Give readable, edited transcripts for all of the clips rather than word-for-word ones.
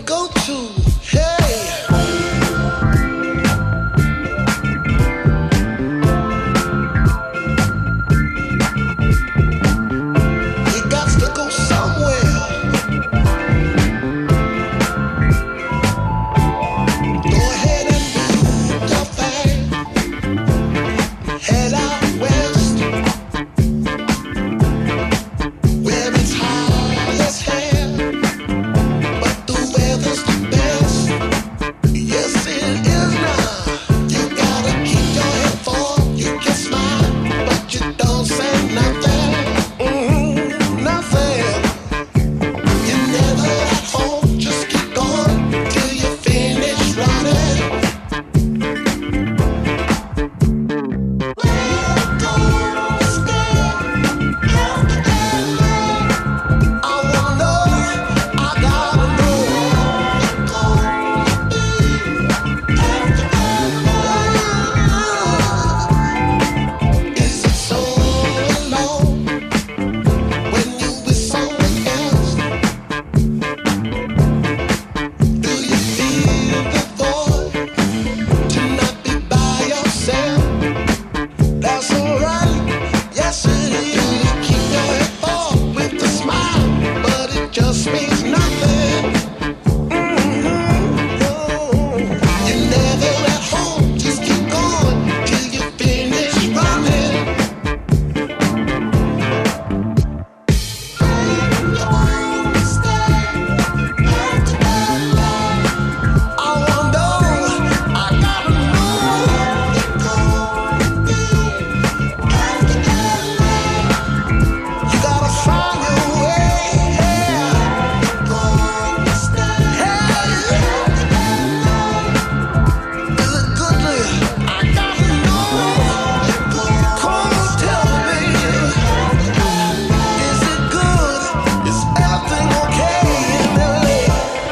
go to. Hey. You got to go somewhere. Go ahead and do your thing. Head out west, where it's hot as hell, but the weather's the best. Yes, it is now. You gotta keep your head forward. You can smile, but you don't say nothing. Nothing. You're never at home. Just keep going till you finish running. That's alright, yes it is. Keep your head forward with a smile, but it just means nothing. No. You're never at home, just keep going till you finish running. I wonder, I gotta know. You gotta find your way. Is it good to you? I gotta know. Come on, tell me. Is it good? Is everything okay in LA?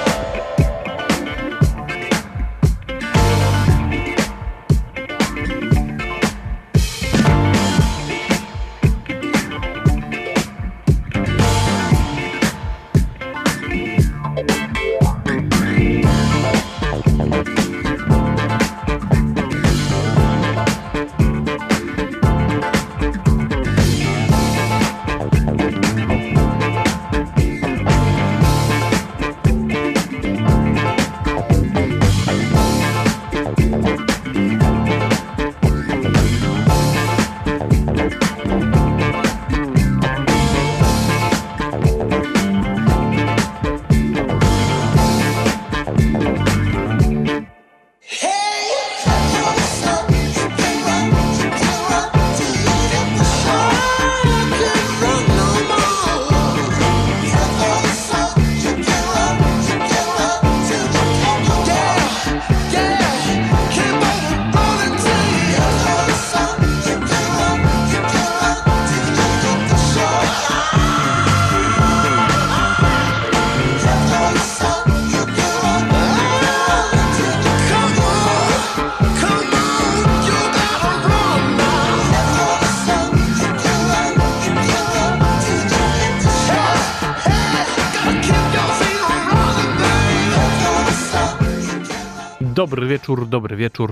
Dobry wieczór.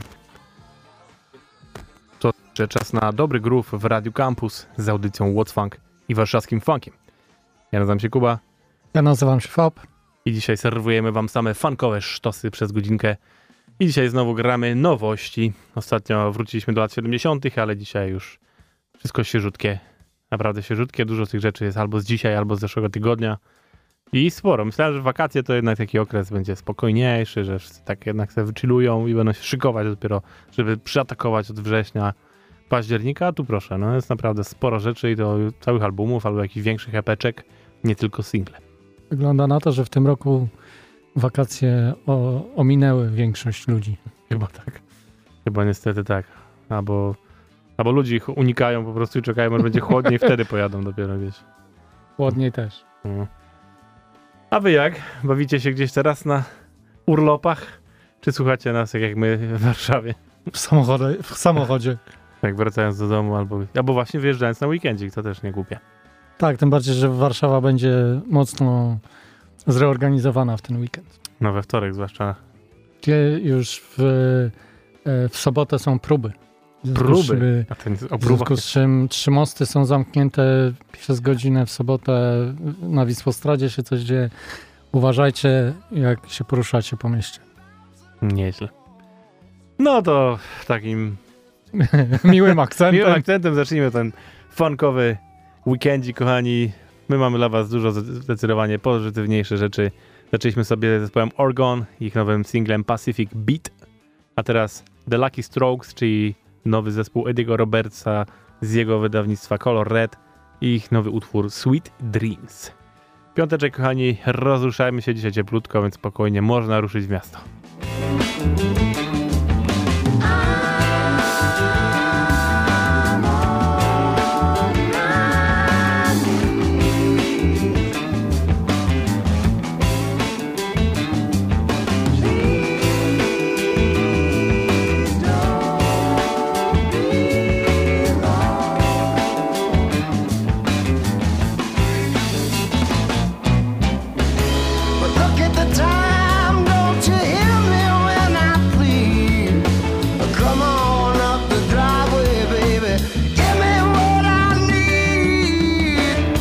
To czas na dobry groove w Radiu Campus z audycją What's Funk i warszawskim funkiem. Ja nazywam się Kuba. Ja nazywam się Fab. I dzisiaj serwujemy wam same funkowe sztosy przez godzinkę. I dzisiaj znowu gramy nowości. Ostatnio wróciliśmy do lat 70., ale dzisiaj już wszystko świeżutkie. Naprawdę świeżutkie. Dużo z tych rzeczy jest albo z dzisiaj, albo z zeszłego tygodnia. I sporo. Myślałem, że wakacje to jednak taki okres będzie spokojniejszy, że wszyscy tak jednak sobie wychillują i będą się szykować dopiero, żeby przyatakować od września, października. A tu proszę, no jest naprawdę sporo rzeczy i to całych albumów albo jakichś większych epeczek, nie tylko single. Wygląda na to, że w tym roku wakacje ominęły większość ludzi. Chyba tak. Chyba niestety tak. Albo ludzi ich unikają po prostu i czekają, może będzie chłodniej, wtedy pojadą dopiero gdzieś. Chłodniej też. No. A wy jak? Bawicie się gdzieś teraz na urlopach? Czy słuchacie nas jak my w Warszawie? W samochodzie. Tak, wracając do domu albo właśnie wyjeżdżając na weekendzik, to też nie głupie. Tak, tym bardziej, że Warszawa będzie mocno zreorganizowana w ten weekend. No we wtorek zwłaszcza. Gdzie już w sobotę są próby. Próby? A ten o W związku z czym 3 mosty są zamknięte przez godzinę w sobotę. Na Wisłostradzie się coś dzieje. Uważajcie, jak się poruszacie po mieście. Nieźle. No to takim Miłym akcentem. zacznijmy ten funkowy weekendzik, kochani. My mamy dla was dużo zdecydowanie pozytywniejsze rzeczy. Zaczęliśmy sobie ze zespołem Orgon, ich nowym singlem Pacific Beat, a teraz The Lucky Strokes, czyli nowy zespół Eddie'ego Robertsa z jego wydawnictwa Color Red i ich nowy utwór Sweet Dreams. Piąteczek, kochani, rozruszajmy się dzisiaj cieplutko, więc spokojnie można ruszyć w miasto. Look at the time, don't you hear me when I plead? Come on up the driveway, baby. Give me what I need.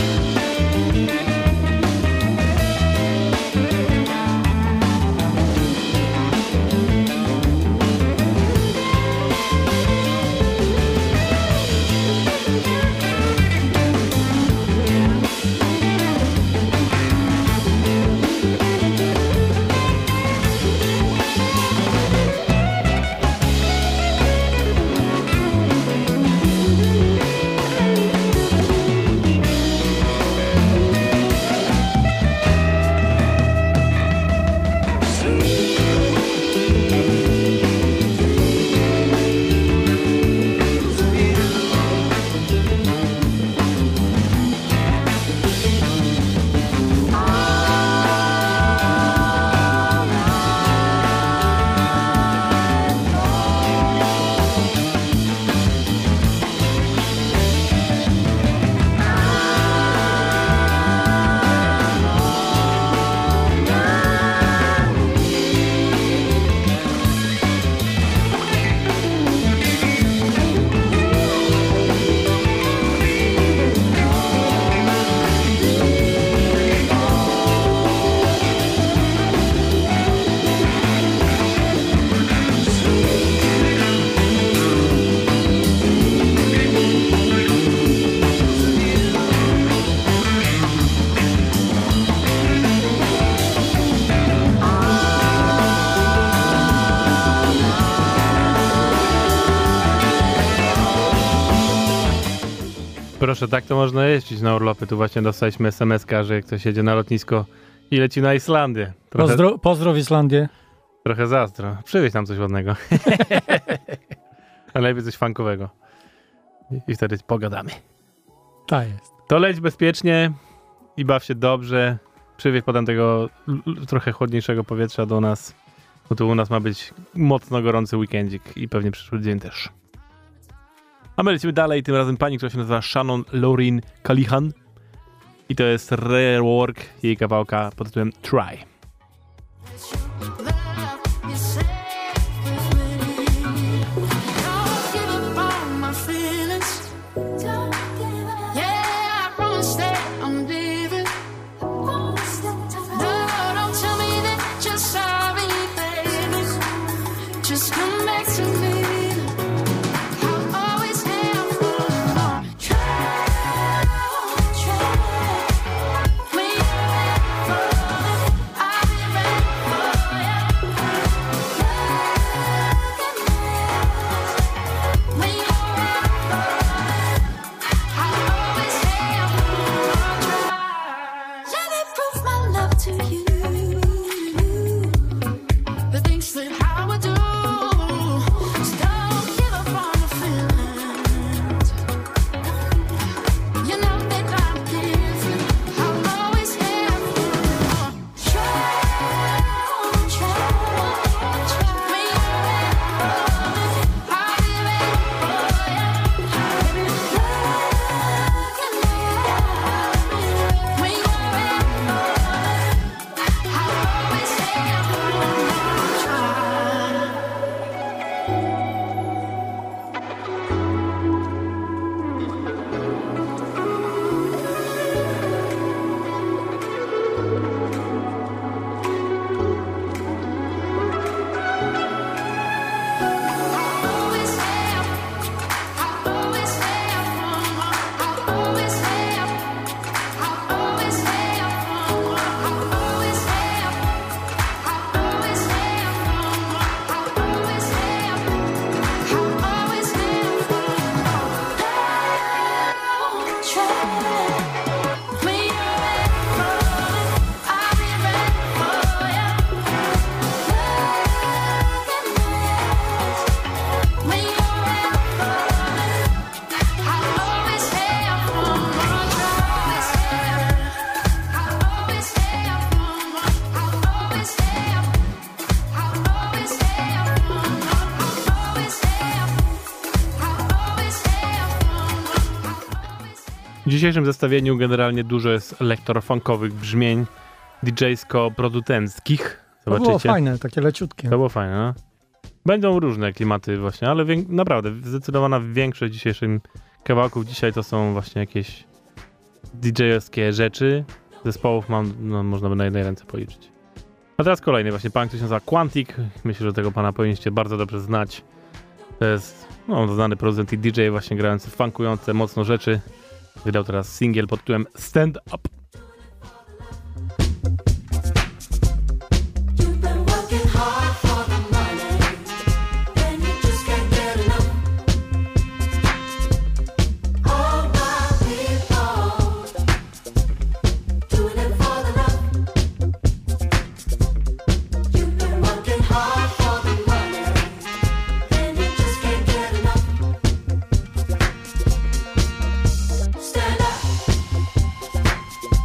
Proszę, tak to można jeździć na urlopy. Tu właśnie dostaliśmy SMS-ka, że ktoś jedzie na lotnisko i leci na Islandię. Pozdrow Islandię. Trochę zazdro. Przywieź nam coś ładnego. A najlepiej coś funkowego. I wtedy pogadamy. Tak jest. To leć bezpiecznie i baw się dobrze. Przywieź potem tego trochę chłodniejszego powietrza do nas. Bo tu u nas ma być mocno gorący weekendzik i pewnie przyszły dzień też. A my lecimy dalej, tym razem pani, która się nazywa Shannon Lauren Calihan. I to jest rework jej kawałka pod tytułem Try. Yeah. W dzisiejszym zestawieniu generalnie dużo jest elektrofunkowych brzmień DJ-sko-producenckich. To było Zobaczycie. fajne, takie leciutkie. To było fajne, no. Będą różne klimaty właśnie, ale naprawdę zdecydowana większość dzisiejszych kawałków dzisiaj to są właśnie jakieś DJ-owskie rzeczy. Zespołów mam, no można by na jednej ręce policzyć. A teraz kolejny właśnie pan, który się nazywa Quantic. Myślę, że tego pana powinniście bardzo dobrze znać. To jest znany producent i DJ właśnie grający funkujące mocno rzeczy. Wydał teraz singiel pod tytułem Stand Up. Stand up.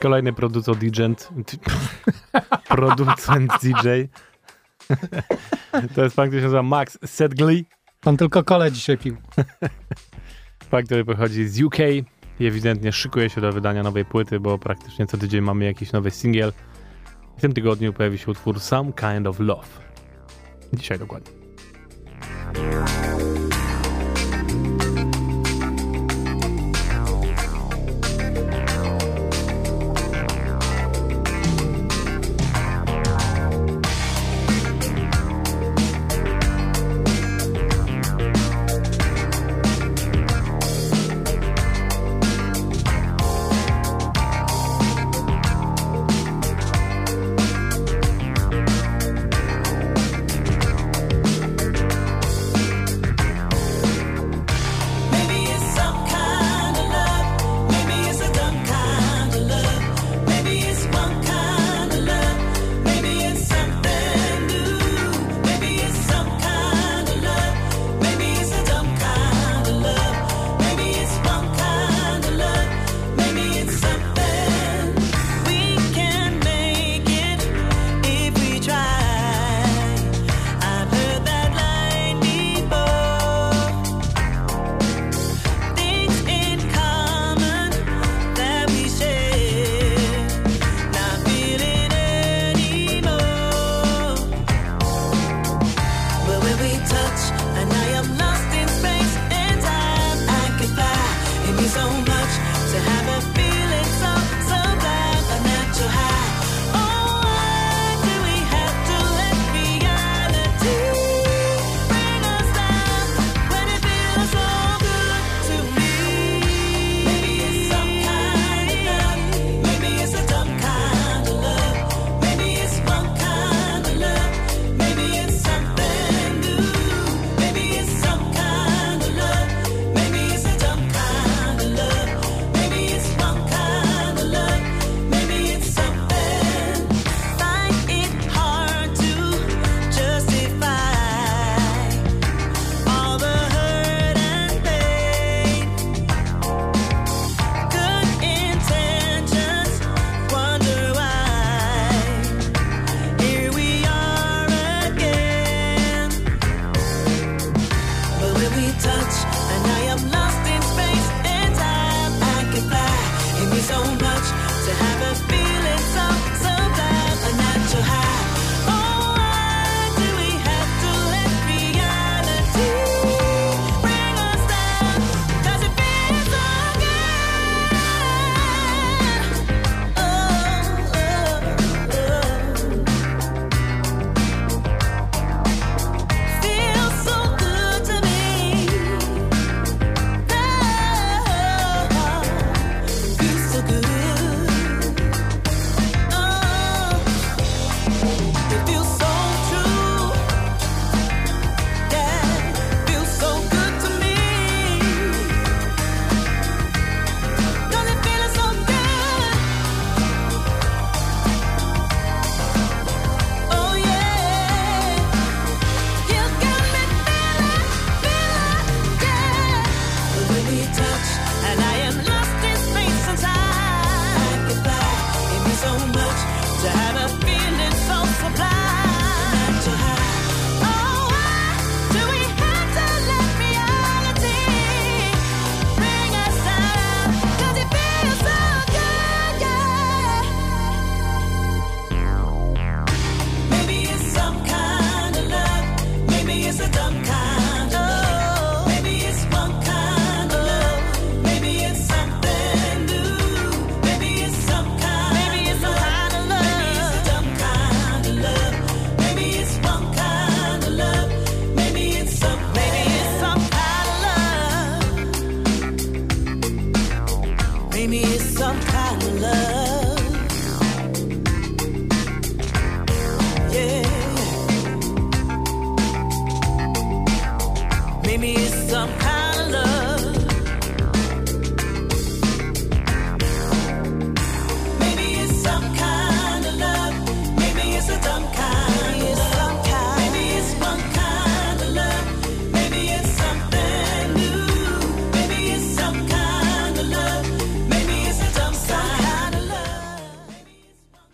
Kolejny producent DJ. To jest pan, który się nazywa Max Sedgley. Pan tylko kole dzisiaj pił. Pan, który pochodzi z UK i ewidentnie szykuje się do wydania nowej płyty, bo praktycznie co tydzień mamy jakiś nowy singiel. W tym tygodniu pojawi się utwór Some Kind of Love. Dzisiaj dokładnie.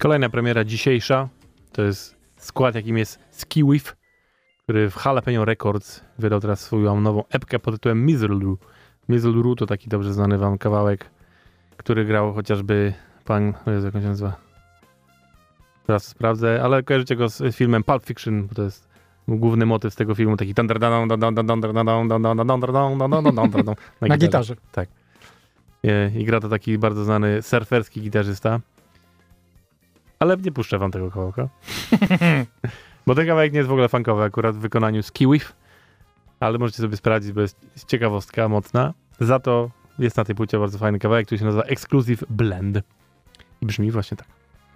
Kolejna premiera dzisiejsza to jest skład, jakim jest Skiwif, który w Jalapeno Records wydał teraz swoją nową epkę pod tytułem Mizzluru. Mizzluru to taki dobrze znany wam kawałek, który grał chociażby pan, jak on się nazywa? Teraz sprawdzę, ale kojarzycie go z filmem Pulp Fiction, bo to jest główny motyw z tego filmu, taki Na gitarze. Tak. I gra to taki bardzo znany surferski gitarzysta. Ale nie puszczę wam tego kawałka. Bo ten kawałek nie jest w ogóle funkowy, akurat w wykonaniu Skiwif. Ale możecie sobie sprawdzić, bo jest ciekawostka mocna. Za to jest na tej płycie bardzo fajny kawałek, który się nazywa Exclusive Blend. I brzmi właśnie tak.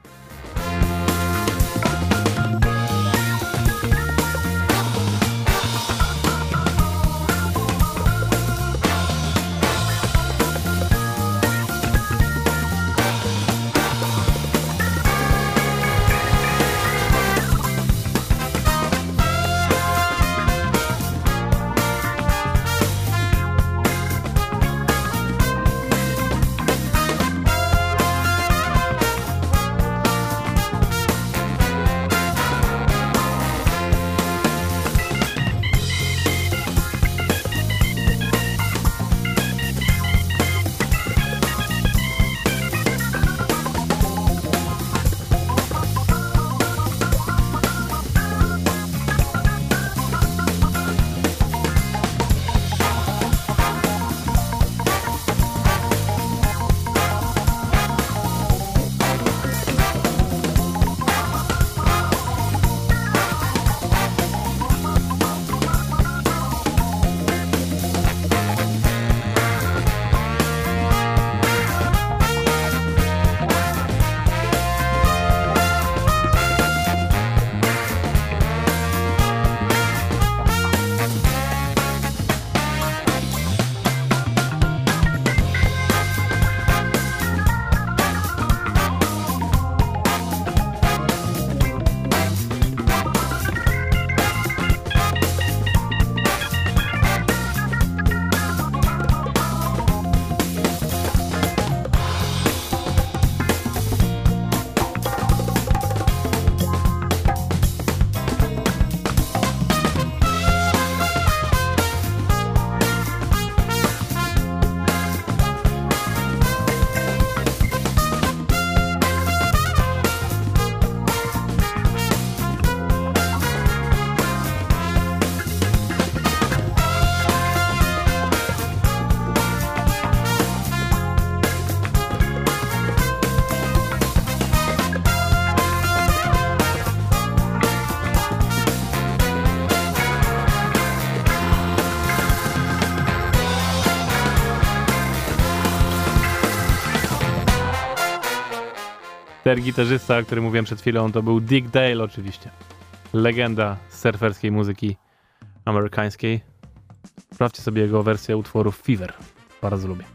Ten gitarzysta, o którym mówiłem przed chwilą, to był Dick Dale oczywiście. Legenda surferskiej muzyki amerykańskiej. Sprawdźcie sobie jego wersję utworu Fever. Bardzo lubię.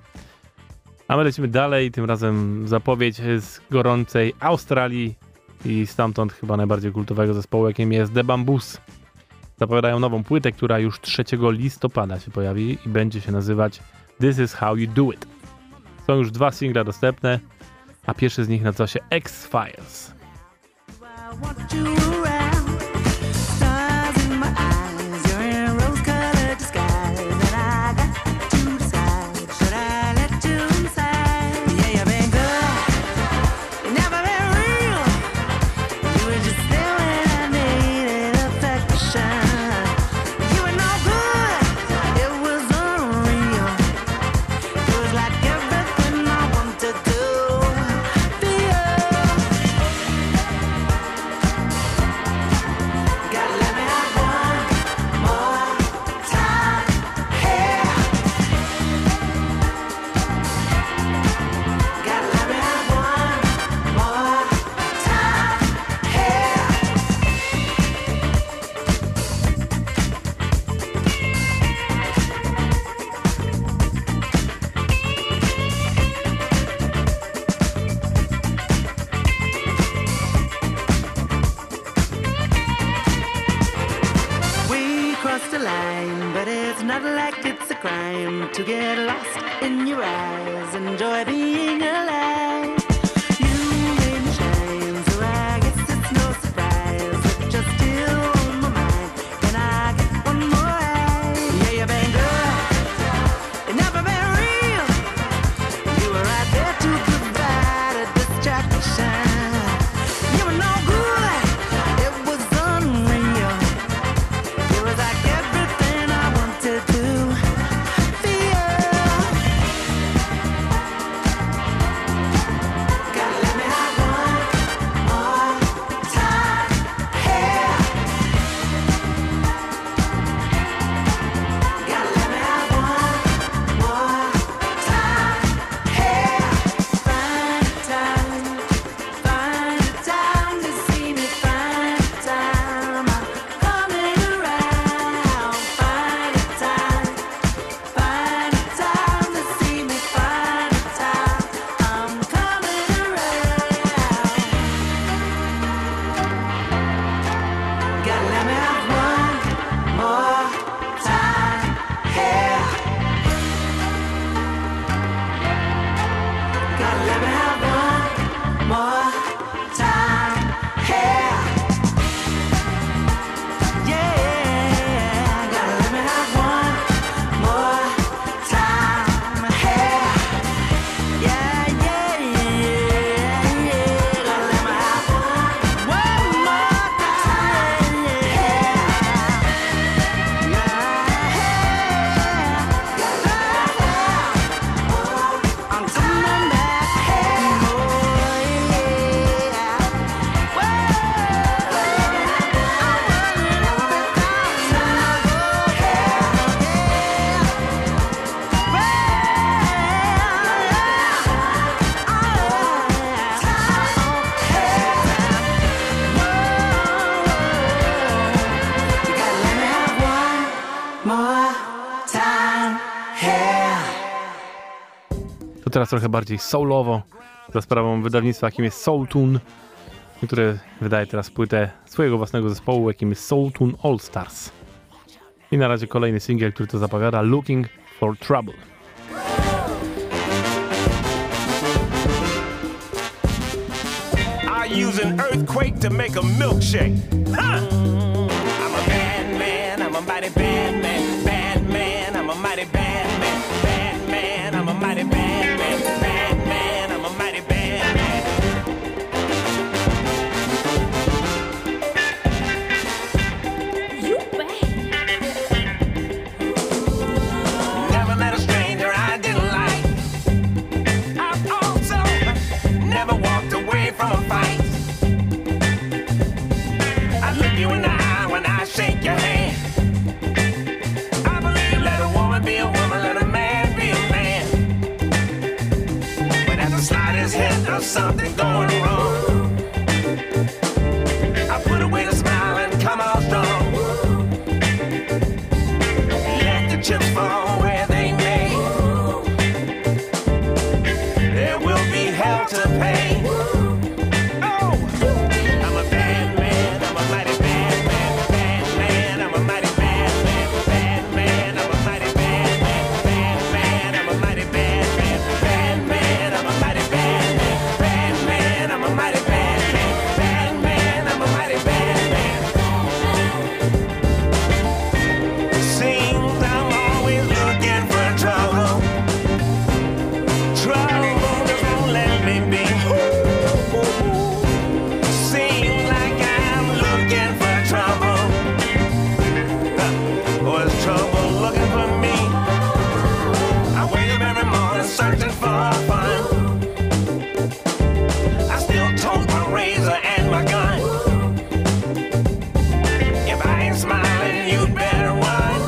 A my lecimy dalej, tym razem zapowiedź z gorącej Australii i stamtąd chyba najbardziej kultowego zespołu, jakim jest The Bamboos. Zapowiadają nową płytę, która już 3 listopada się pojawi i będzie się nazywać This Is How You Do It. Są już 2 single dostępne, a pierwszy z nich nazywa się X-Files. To get lost in your eyes, enjoy being alive. You made me shine. To teraz trochę bardziej soulowo, za sprawą wydawnictwa, jakim jest Soultune, które wydaje teraz płytę swojego własnego zespołu, jakim jest Soultune All Stars. I na razie kolejny singiel, który to zapowiada, Looking for Trouble. I use an earthquake to make a milkshake. Huh? I'm a bad man, I'm a mighty bad man, bad man, I'm a mighty bad man, bad man, I'm a mighty bad man, bad man, I'm a mighty bad man. You bad. Never met a stranger I didn't like. I've also never walked away from a fight. I look you in the eye when I shake your hand. I believe let a woman be a woman, let a man be a man. But at the slightest hint of something going wrong, I put away the smile and come out strong. Let the chips fall where they may. There will be hell to pay. Oh, I'm a bad man, I'm a mighty bad man, bad man, I'm a mighty bad man, bad man, I'm a mighty bad man, bad man, I'm a mighty bad man, bad man, I'm a mighty bad man, bad man, I'm a mighty bad man, bad man, I'm a mighty bad man. Seems I'm always looking for trouble. Trouble just won't let me be. Seems like I'm looking for trouble. Or is trouble looking for me? I wake up every morning searching for fun. I still tote my razor and my gun. If I ain't smiling, you'd better run.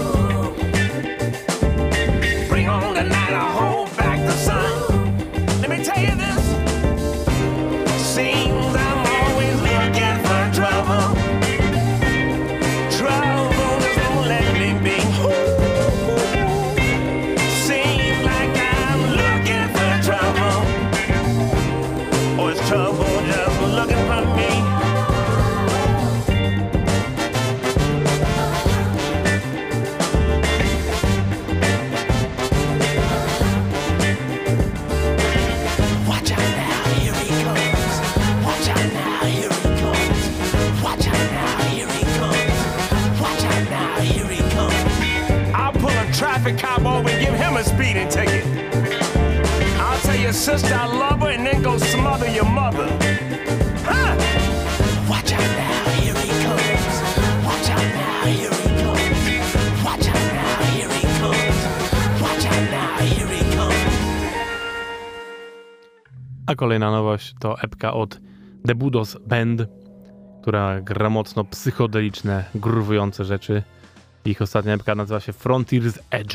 Bring on the night, I'll hold back the sun. Let me tell you this. Seems I'm always looking for trouble. Trouble just won't let me be. Seems like I'm looking for trouble. Or is trouble just looking for me? Watch out now, here he comes. Watch out now, here he comes. Watch out now, here he comes. Watch out now, here he comes. I'll pull a traffic cop over and give him a speeding ticket. I'll tell your sister I love her and then go smother your mother. Huh? Watch out now, here he comes. Watch out now, here he comes. Watch out now, here he comes. Watch out now, here he comes. A kolejna nowość to epka od The Budos Band, która gra mocno psychodeliczne, gruwujące rzeczy. Ich ostatnia epka nazywa się Frontier's Edge.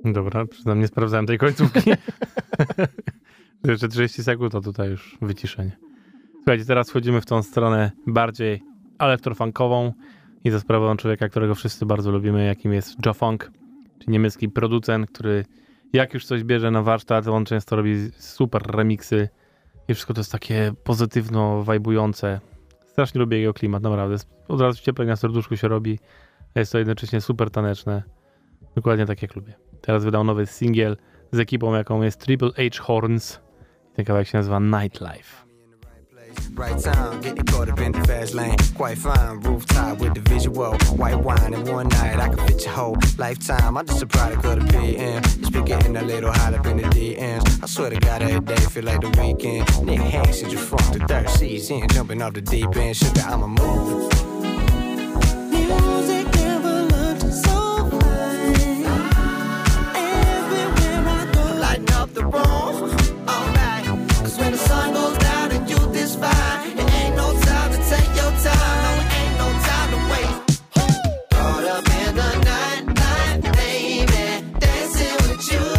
Dobra, przyznam, nie sprawdzałem tej końcówki. Jeszcze 30 sekund, to tutaj już wyciszenie. Słuchajcie, teraz wchodzimy w tą stronę bardziej elektrofunkową i za sprawą człowieka, którego wszyscy bardzo lubimy, jakim jest Joe Funk, czyli niemiecki producent, który jak już coś bierze na warsztat, on często robi super remixy i wszystko to jest takie pozytywno wajbujące. Strasznie lubię jego klimat, naprawdę. Od razu cieplej na serduszku się robi, a jest to jednocześnie super taneczne. Dokładnie tak jak lubię. Teraz wydał nowy singiel z ekipą, jaką jest Triple H Horns. Ten kawałek się nazywa Nightlife. Right time, getting caught up in the fast lane. Quite fine, rooftop with the visual. White wine in one night, I can fit your whole lifetime. I'm just a product of the PM. It's been getting a little hot up in the DMs. I swear to God, every day feel like the weekend. Nick Hanks, since you from the third season, jumping off the deep end. Sugar, I'm a move. Music never looked so fine. Everywhere I go, lighting up the room. Alright, 'cause when the sun goes down and you this fine, it ain't no time to take your time. No, it ain't no time to waste. Caught up in the night, baby, dancing with you.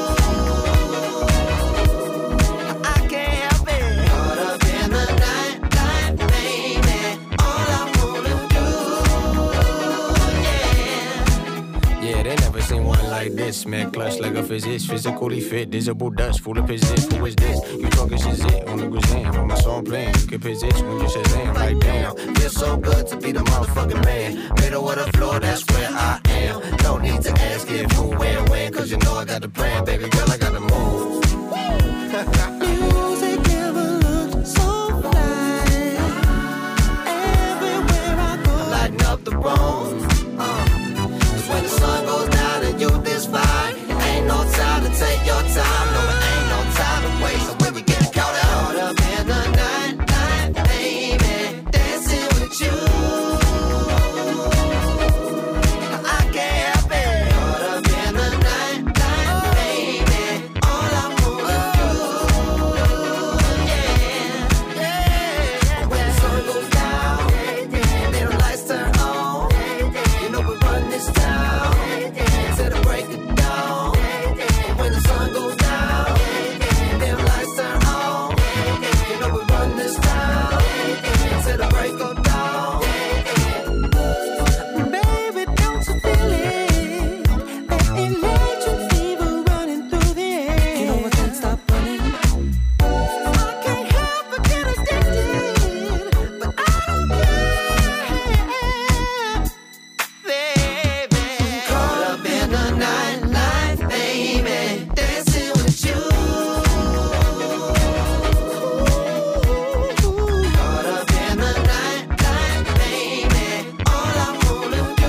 I can't help it. Caught up in the night, baby, all I wanna do, yeah. Yeah, they never seen one like this, man. Clutch like a physicist, physically fit, visible dust, full of physics. Who is this? You talking shit on the Gazam, on my song playing. You can position when you Shazam, like damn. Feels so good to be the motherfucking man. Middle of the floor, that's where I am. No need to ask if, who, where, when, 'cause you know I got the plan, baby girl, I got the move. Music never looked so fly. Everywhere I go, I'm lighting up the room. 'Cause when the sun goes down and you this fine, it ain't no time to take your time. No, it ain't no time to waste. So when we get caught up in the night, baby, dancing with you. I can't help it. Caught up in the night, baby, all I wanna do, yeah, yeah. When the sun goes down, little lights turn on. You know we run this town till the break of dawn. When the sun goes down, them lights turn on. You know we run this town till the break of dawn. Baby, don't you feel it? That electric fever running through the air. You know I can't stop running. I can't help but get addicted, but I don't care. Baby, caught up in the nightlife, baby, dancing with you. Caught up in the nightlife, baby, all I wanna do,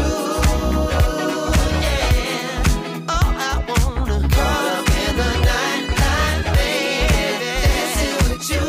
yeah, all I wanna. Caught up in the nightlife, baby, dancing with you.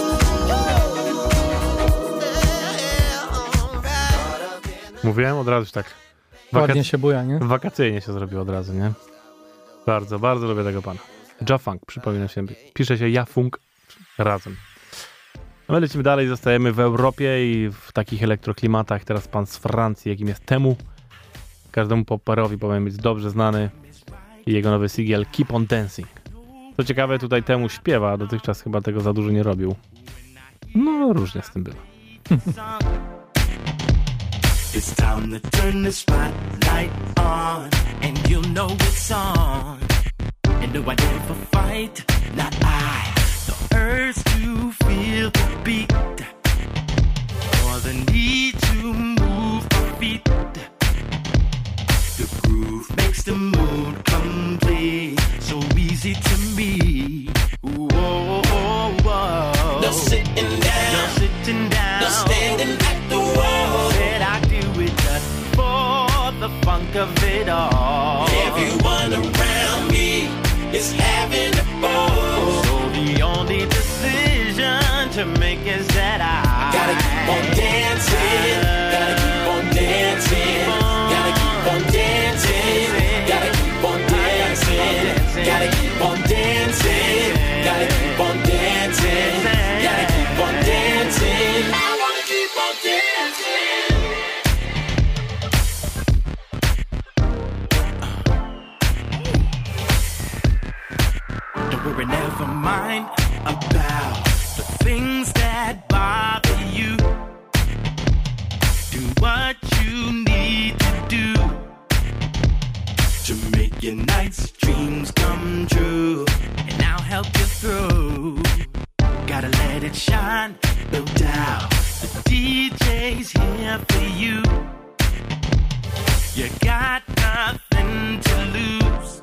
Yeah, alright. Mówiłem od razu tak. Ładnie się buja, nie? Wakacyjnie się zrobiło od razu, nie? Bardzo, bardzo lubię tego pana. Joe Funk, przypominam się. Pisze się Jafunk razem. A my lecimy dalej, zostajemy w Europie i w takich elektroklimatach. Teraz pan z Francji, jakim jest Temu. Każdemu poperowi powinien być dobrze znany. I jego nowy singiel Keep on Dancing. Co ciekawe, tutaj Temu śpiewa, a dotychczas chyba tego za dużo nie robił. No, różnie z tym było. It's time to turn the spotlight on, and you know it's on. And do I never fight? Not I. The urge to feel the beat, or the need to move my feet. The groove makes the mood complete, so easy to me. Whoa, whoa, whoa. No sitting down, No sitting down, no standing at the wall. Said I do it just for the funk of it all. Everyone around me is having a ball. So the only decision to make is that I Gotta keep on dancing, gotta keep on dancing, gotta keep on dancing, gotta keep on dancing, gotta keep on dancing. Or never mind about the things that bother you. Do what you need to do to make your night's dreams come true. And I'll help you through. Gotta let it shine, no doubt. The DJ's here for you. You got nothing to lose.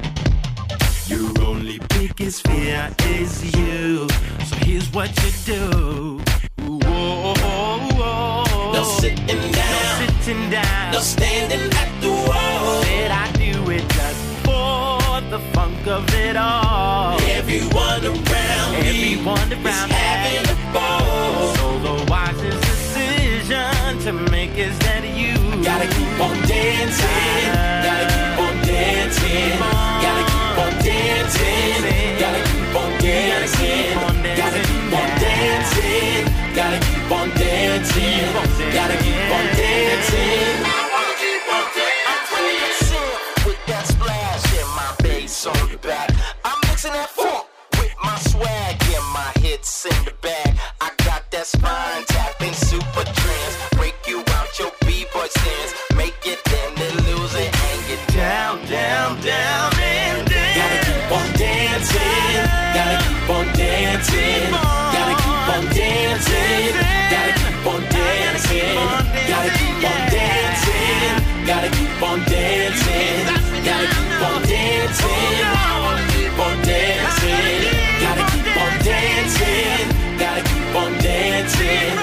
Your only biggest fear is you. So here's what you do. Whoa, whoa, whoa. No sitting down, no sitting down, no standing at the wall. Said I do it just for the funk of it all. Everyone around me is having a ball. So the wisest decision to make is that you gotta keep on dancing, gotta keep on dancing, gotta keep on dancing, gotta keep on dancing, gotta keep on dancing, gotta keep on dancing, gotta keep on dancing. I wanna keep on dancing with that splash and my bass on the back. I'm mixing that funk with my swag and my hits in the bag. I got that spine tapping super trance. Break you out your b-boy stance. Make it then lose it and get down, down, down and down. Gotta keep on dancing. Gotta keep on dancing. Gotta keep on dancing. Gotta keep on dancing. Gotta keep on dancing. Gotta keep on dancing. Gotta keep on dancing. Keep on dancing. Gotta keep on dancing. Gotta keep on dancing.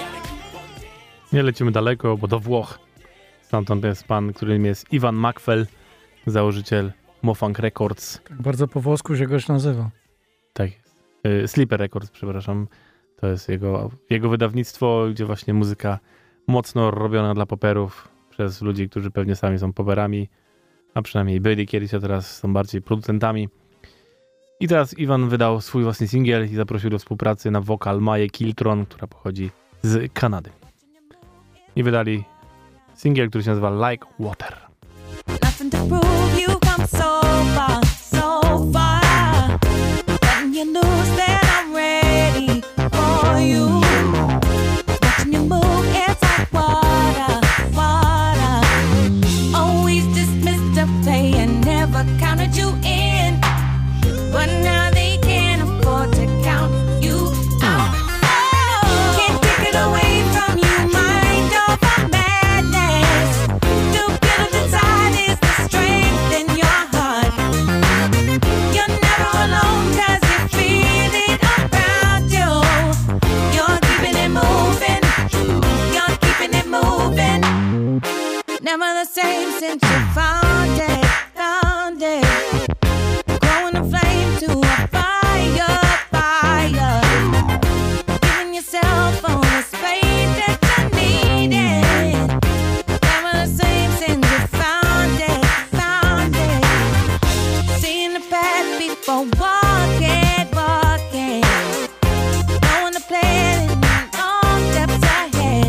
Nie lecimy daleko, bo do Włoch. Stamtąd jest pan, którym jest Ivan McFell, założyciel Mofunk Records. Tak bardzo po włosku się goś nazywa. Tak jest. Sleeper Records, przepraszam. To jest jego wydawnictwo, gdzie właśnie muzyka mocno robiona dla poperów przez ludzi, którzy pewnie sami są poperami, a przynajmniej byli kiedyś, a teraz są bardziej producentami. I teraz Ivan wydał swój własny singiel i zaprosił do współpracy na wokal Maję Kiltron, która pochodzi z Kanady. I wydali singiel, który się nazywa Like Water. Nothing to prove, you come so far, so far. Letting you lose that I'm ready for you. Watching you move, it's like water, water. Always dismissed the play and never counted you in. But now they can't afford to count you out. Oh, can't take it away from you, mind over madness. Too bitter desire is the strength in your heart. You're never alone 'cause you feel it around you. You're keeping it moving. You're keeping it moving. Never the same since you found it, found it. Growing a flame to a fire, fire. Giving yourself all the space that you needed. Never the same since you found it, found it. Seeing the path before walking, walking. Knowing the plan and all steps ahead.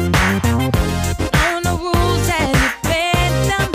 Knowing the rules as you bend them,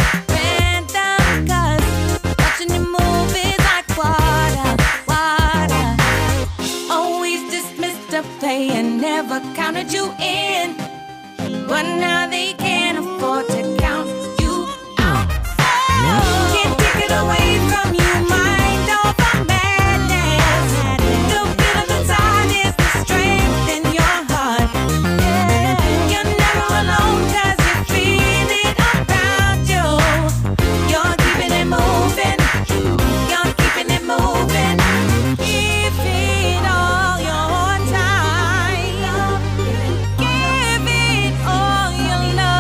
'cause watching you move is like water, water. Always dismissed the play and never counted you in. But now they can't afford to count you out. Oh, can't take it away from you, mind over madness. The bitter desire is the strength in your heart. Yeah. You're never alone 'cause you feel it around you. You're keeping it moving. You're keeping it moving. Give it all your time. Give it all your love.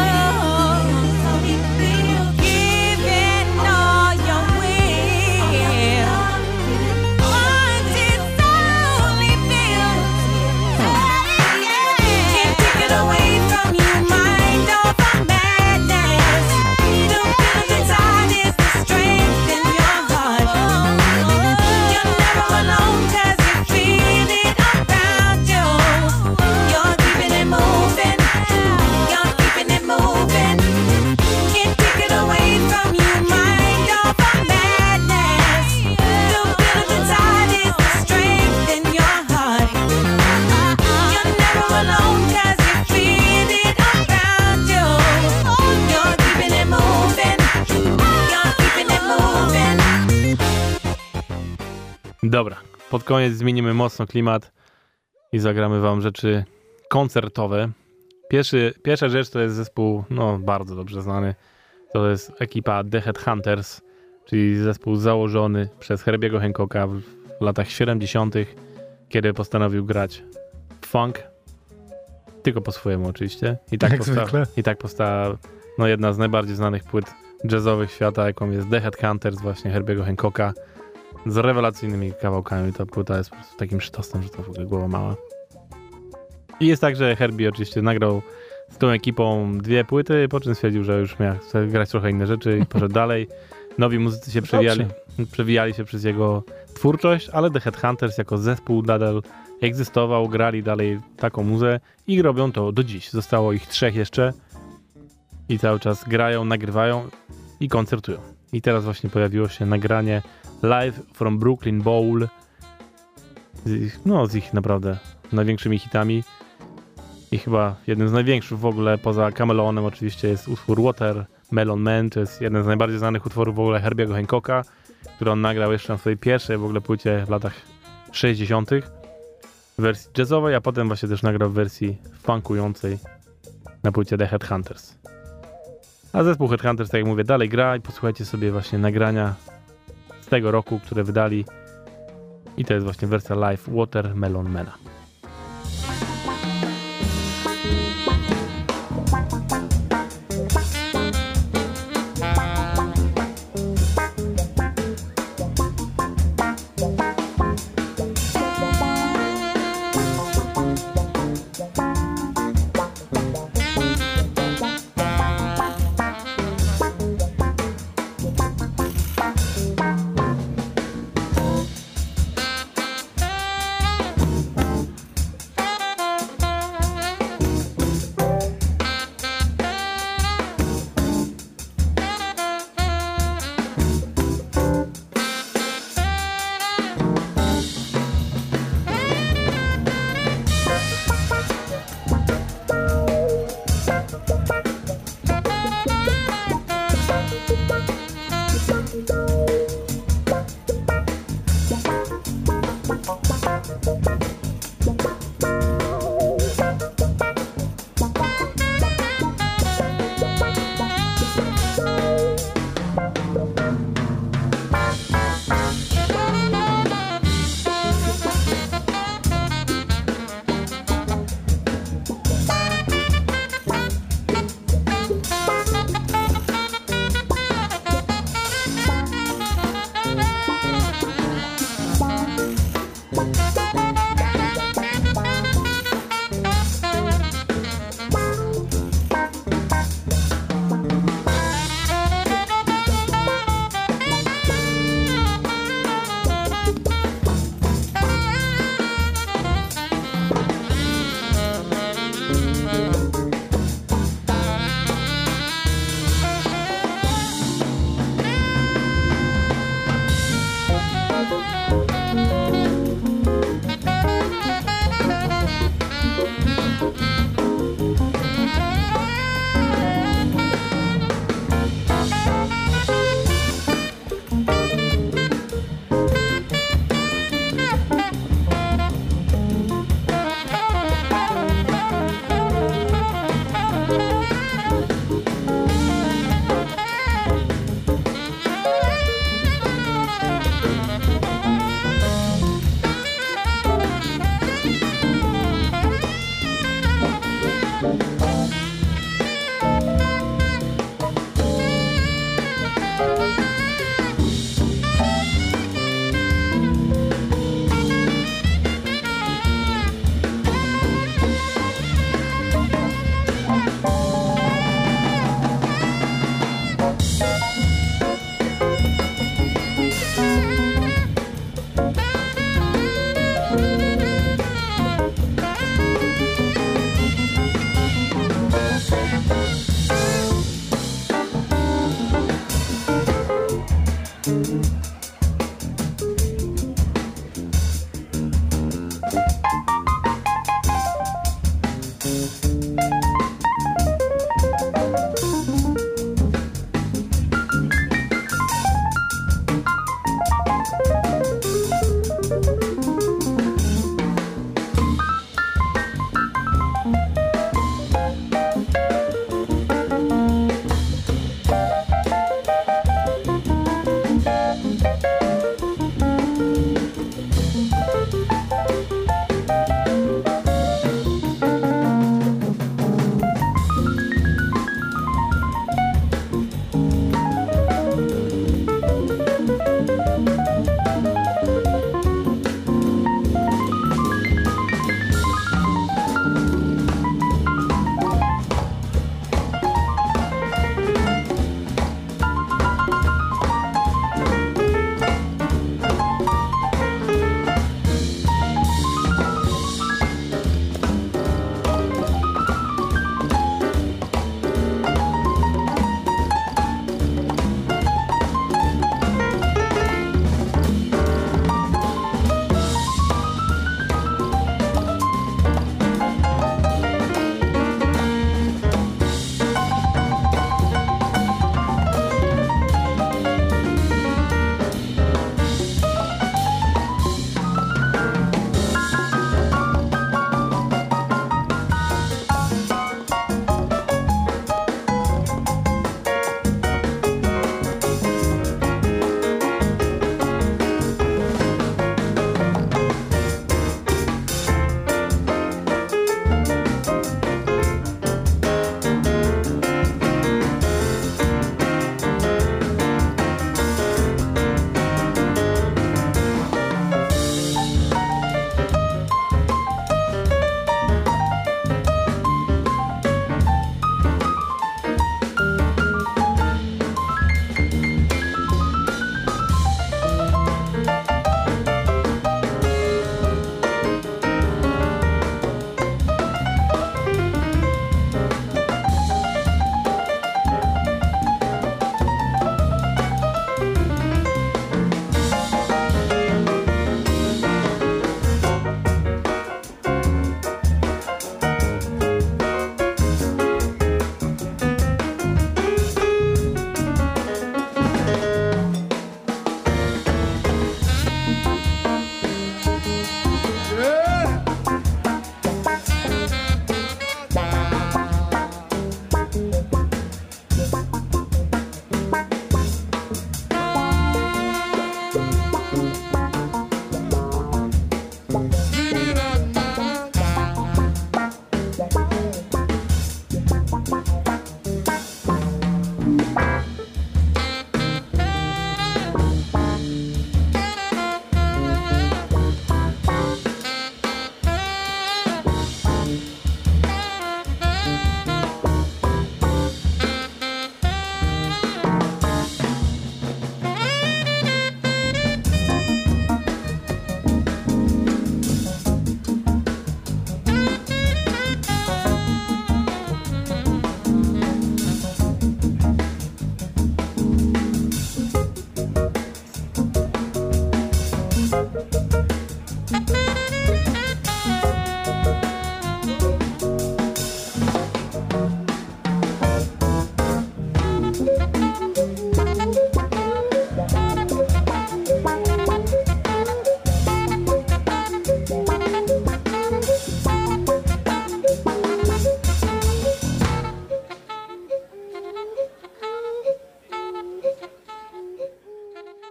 Dobra, pod koniec zmienimy mocno klimat i zagramy wam rzeczy koncertowe. Pierwsza rzecz to jest zespół, no bardzo dobrze znany. To jest ekipa The Headhunters, czyli zespół założony przez Herbiego Hancocka w latach 70., kiedy postanowił grać funk. Tylko po swojemu oczywiście. I tak powstała no, jedna z najbardziej znanych płyt jazzowych świata, jaką jest The Headhunters właśnie Herbiego Hancocka. Z rewelacyjnymi kawałkami. Ta płyta jest po prostu takim sztosem, że to w ogóle głowa mała. I jest tak, że Herbie oczywiście nagrał z tą ekipą 2 płyty, po czym stwierdził, że już chce grać trochę inne rzeczy i poszedł dalej. Nowi muzycy się przewijali się przez jego twórczość, ale The Headhunters jako zespół nadal egzystował, grali dalej taką muzę i robią to do dziś. Zostało ich 3 jeszcze i cały czas grają, nagrywają i koncertują. I teraz właśnie pojawiło się nagranie Live from Brooklyn Bowl z ich naprawdę największymi hitami i chyba jednym z największych w ogóle poza Chameleonem oczywiście jest utwór Watermelon Man. To jest jeden z najbardziej znanych utworów w ogóle Herbiego Hancocka, który on nagrał jeszcze na swojej pierwszej w ogóle płycie w latach 60. w wersji jazzowej, a potem właśnie też nagrał w wersji funkującej na płycie The Headhunters. A zespół Headhunters, tak jak mówię, dalej gra i posłuchajcie sobie właśnie nagrania z tego roku, które wydali. I to jest właśnie wersja live Watermelon Mana.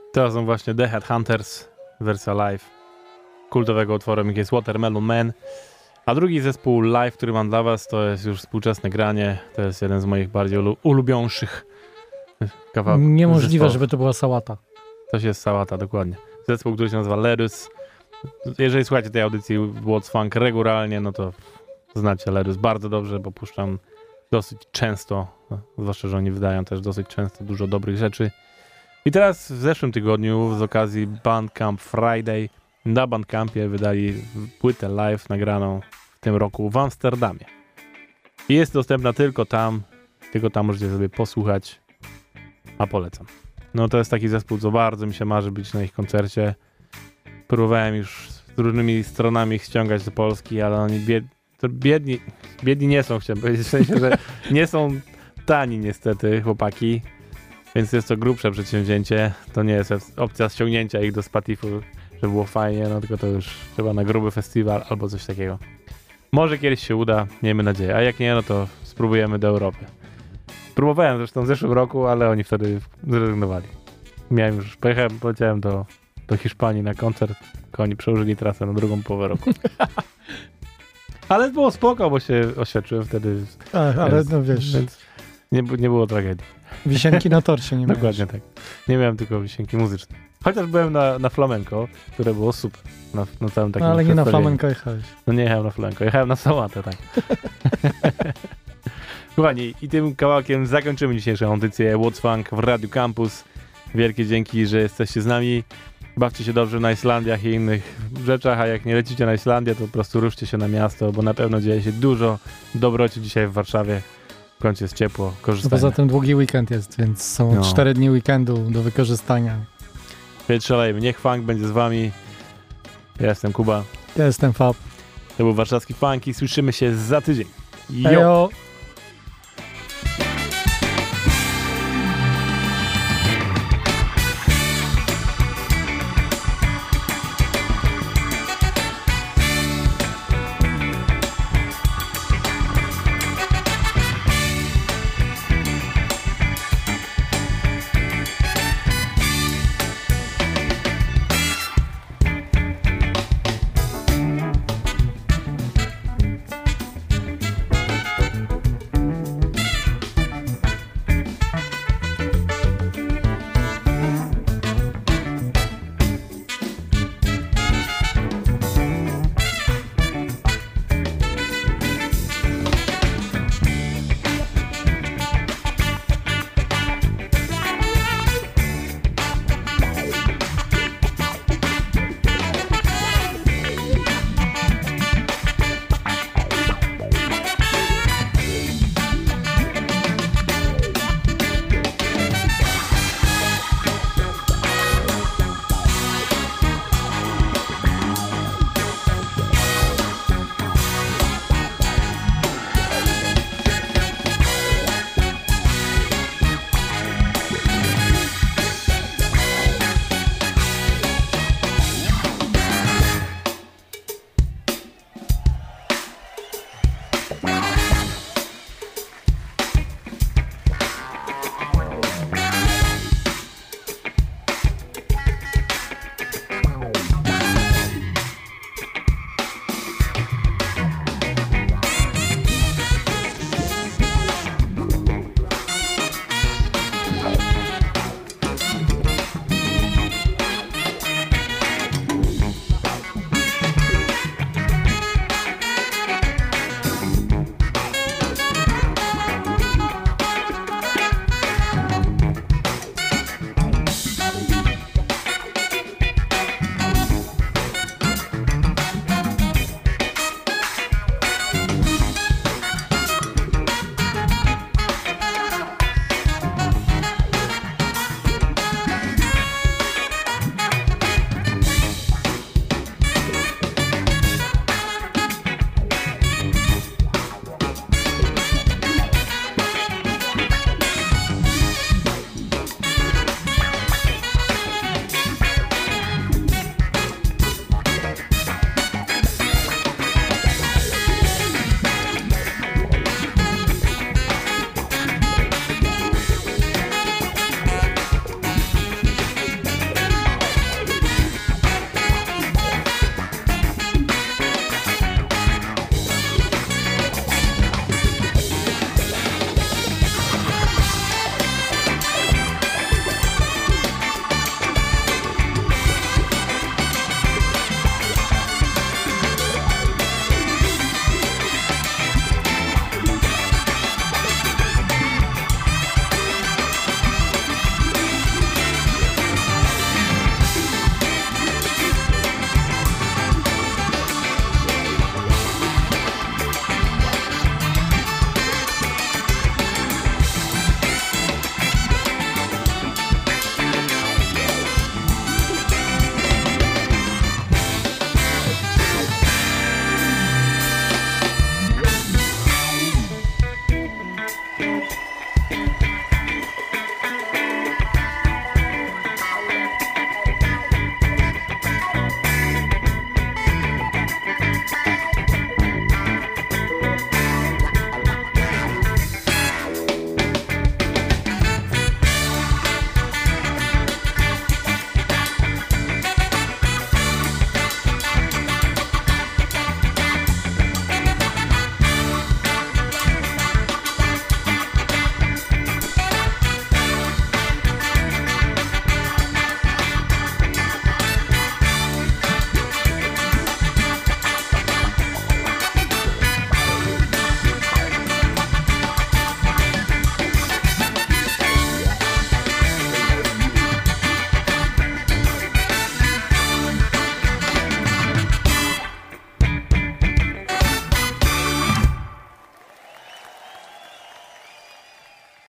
To są właśnie The Headhunters, wersja live kultowego utworu, jakim jest Watermelon Man. A drugi zespół live, który mam dla was, to jest już współczesne granie. To jest jeden z moich bardziej ulubiońszych kawałków. Niemożliwe, zespołów. żeby to była sałata. To jest sałata, dokładnie. Zespół, który się nazywa Lerus. Jeżeli słuchacie tej audycji What's Funk regularnie, no to znacie Lerus bardzo dobrze, bo puszczam dosyć często, zwłaszcza, że oni wydają też dosyć często dużo dobrych rzeczy. I teraz w zeszłym tygodniu z okazji Bandcamp Friday na Bandcampie wydali płytę live nagraną w tym roku w Amsterdamie. I jest dostępna tylko tam możecie sobie posłuchać, a polecam. No to jest taki zespół, co bardzo mi się marzy być na ich koncercie. Próbowałem już z różnymi stronami ich ściągać do Polski, ale oni biedni nie są, chciałem powiedzieć, w sensie, że nie są tani niestety chłopaki, więc jest to grubsze przedsięwzięcie. To nie jest opcja ściągnięcia ich do Spotify, żeby było fajnie, no tylko to już trzeba na gruby festiwal albo coś takiego. Może kiedyś się uda, miejmy nadzieję, a jak nie, no to spróbujemy do Europy. Próbowałem zresztą w zeszłym roku, ale oni wtedy zrezygnowali. Miałem już, poleciałem do Hiszpanii na koncert, tylko oni przełożyli trasę na drugą połowę roku. Ale było spoko, bo się oświadczyłem wtedy. Ale no wiesz, Więc nie było tragedii. wisienki na torcie nie miałeś. Dokładnie tak. Nie miałem tylko wisienki muzyczne. Chociaż byłem na flamenco, które było super. Na całym takim No, ale nie na przedstawieniu. flamenko jechałeś. No nie jechałem na flamenco, jechałem na sałatę, tak. Kochani, i tym kawałkiem zakończymy dzisiejszą audycję What's Funk w Radiu Campus. Wielkie dzięki, że jesteście z nami. Bawcie się dobrze na Islandiach i innych rzeczach, a jak nie lecicie na Islandię, to po prostu ruszcie się na miasto, bo na pewno dzieje się dużo dobroci dzisiaj w Warszawie. W końcu jest ciepło, korzystajmy. Poza tym długi weekend jest, więc są No. 4 dni weekendu do wykorzystania. Więc szalejmy. Niech funk będzie z wami. Ja jestem Kuba. Ja jestem Fab. To był warszawski funk i słyszymy się za tydzień. Jo! Ejo!